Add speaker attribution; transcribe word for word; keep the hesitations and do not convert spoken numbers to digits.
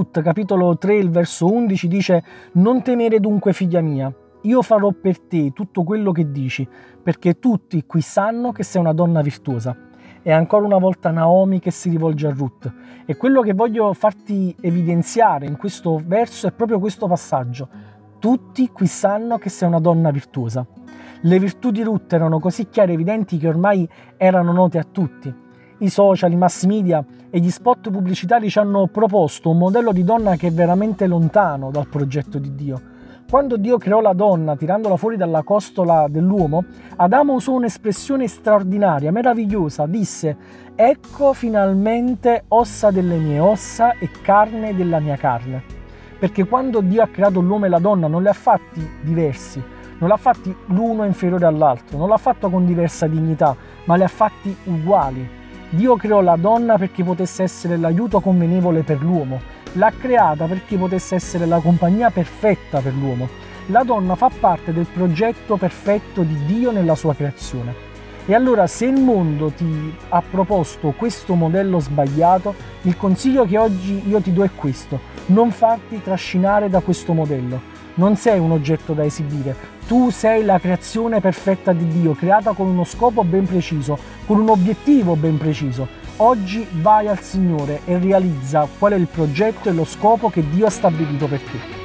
Speaker 1: Ruth, capitolo tre, il verso undici, dice: «Non temere dunque, figlia mia, io farò per te tutto quello che dici, perché tutti qui sanno che sei una donna virtuosa». E ancora una volta Naomi che si rivolge a Ruth. E quello che voglio farti evidenziare in questo verso è proprio questo passaggio. Tutti qui sanno che sei una donna virtuosa. Le virtù di Ruth erano così chiare e evidenti che ormai erano note a tutti. I social, i mass media e gli spot pubblicitari ci hanno proposto un modello di donna che è veramente lontano dal progetto di Dio. Quando Dio creò la donna, tirandola fuori dalla costola dell'uomo, Adamo usò un'espressione straordinaria, meravigliosa. Disse: «Ecco finalmente ossa delle mie ossa e carne della mia carne». Perché quando Dio ha creato l'uomo e la donna non li ha fatti diversi, non l'ha fatti l'uno inferiore all'altro, non l'ha fatto con diversa dignità, ma li ha fatti uguali. Dio creò la donna perché potesse essere l'aiuto convenevole per l'uomo. L'ha creata perché potesse essere la compagnia perfetta per l'uomo. La donna fa parte del progetto perfetto di Dio nella sua creazione. E allora, se il mondo ti ha proposto questo modello sbagliato, il consiglio che oggi io ti do è questo: non farti trascinare da questo modello. Non sei un oggetto da esibire, tu sei la creazione perfetta di Dio, creata con uno scopo ben preciso, con un obiettivo ben preciso. Oggi vai al Signore e realizza qual è il progetto e lo scopo che Dio ha stabilito per te.